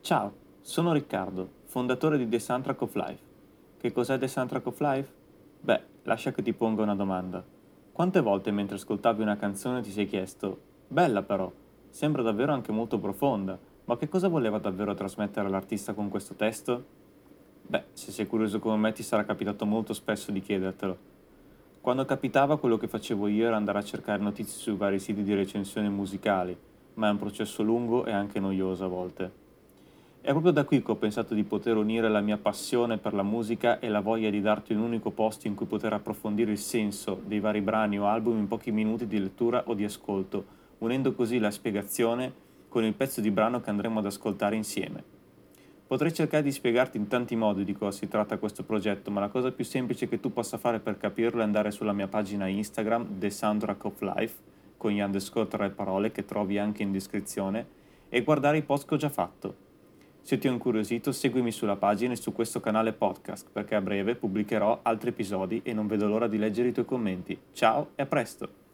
Ciao, sono Riccardo, fondatore di The Soundtrack of Life. Che cos'è The Soundtrack of Life? Beh, lascia che ti ponga una domanda. Quante volte mentre ascoltavi una canzone ti sei chiesto, bella però, sembra davvero anche molto profonda, ma che cosa voleva davvero trasmettere l'artista con questo testo? Beh, se sei curioso come me ti sarà capitato molto spesso di chiedertelo. Quando capitava quello che facevo io era andare a cercare notizie sui vari siti di recensioni musicali, ma è un processo lungo e anche noioso a volte. È proprio da qui che ho pensato di poter unire la mia passione per la musica e la voglia di darti un unico posto in cui poter approfondire il senso dei vari brani o album in pochi minuti di lettura o di ascolto, unendo così la spiegazione con il pezzo di brano che andremo ad ascoltare insieme. Potrei cercare di spiegarti in tanti modi di cosa si tratta questo progetto, ma la cosa più semplice che tu possa fare per capirlo è andare sulla mia pagina Instagram, The Soundtrack of Life, con gli underscore tra le parole che trovi anche in descrizione, e guardare i post che ho già fatto. Se ti ho incuriosito, seguimi sulla pagina e su questo canale podcast, perché a breve pubblicherò altri episodi e non vedo l'ora di leggere i tuoi commenti. Ciao e a presto!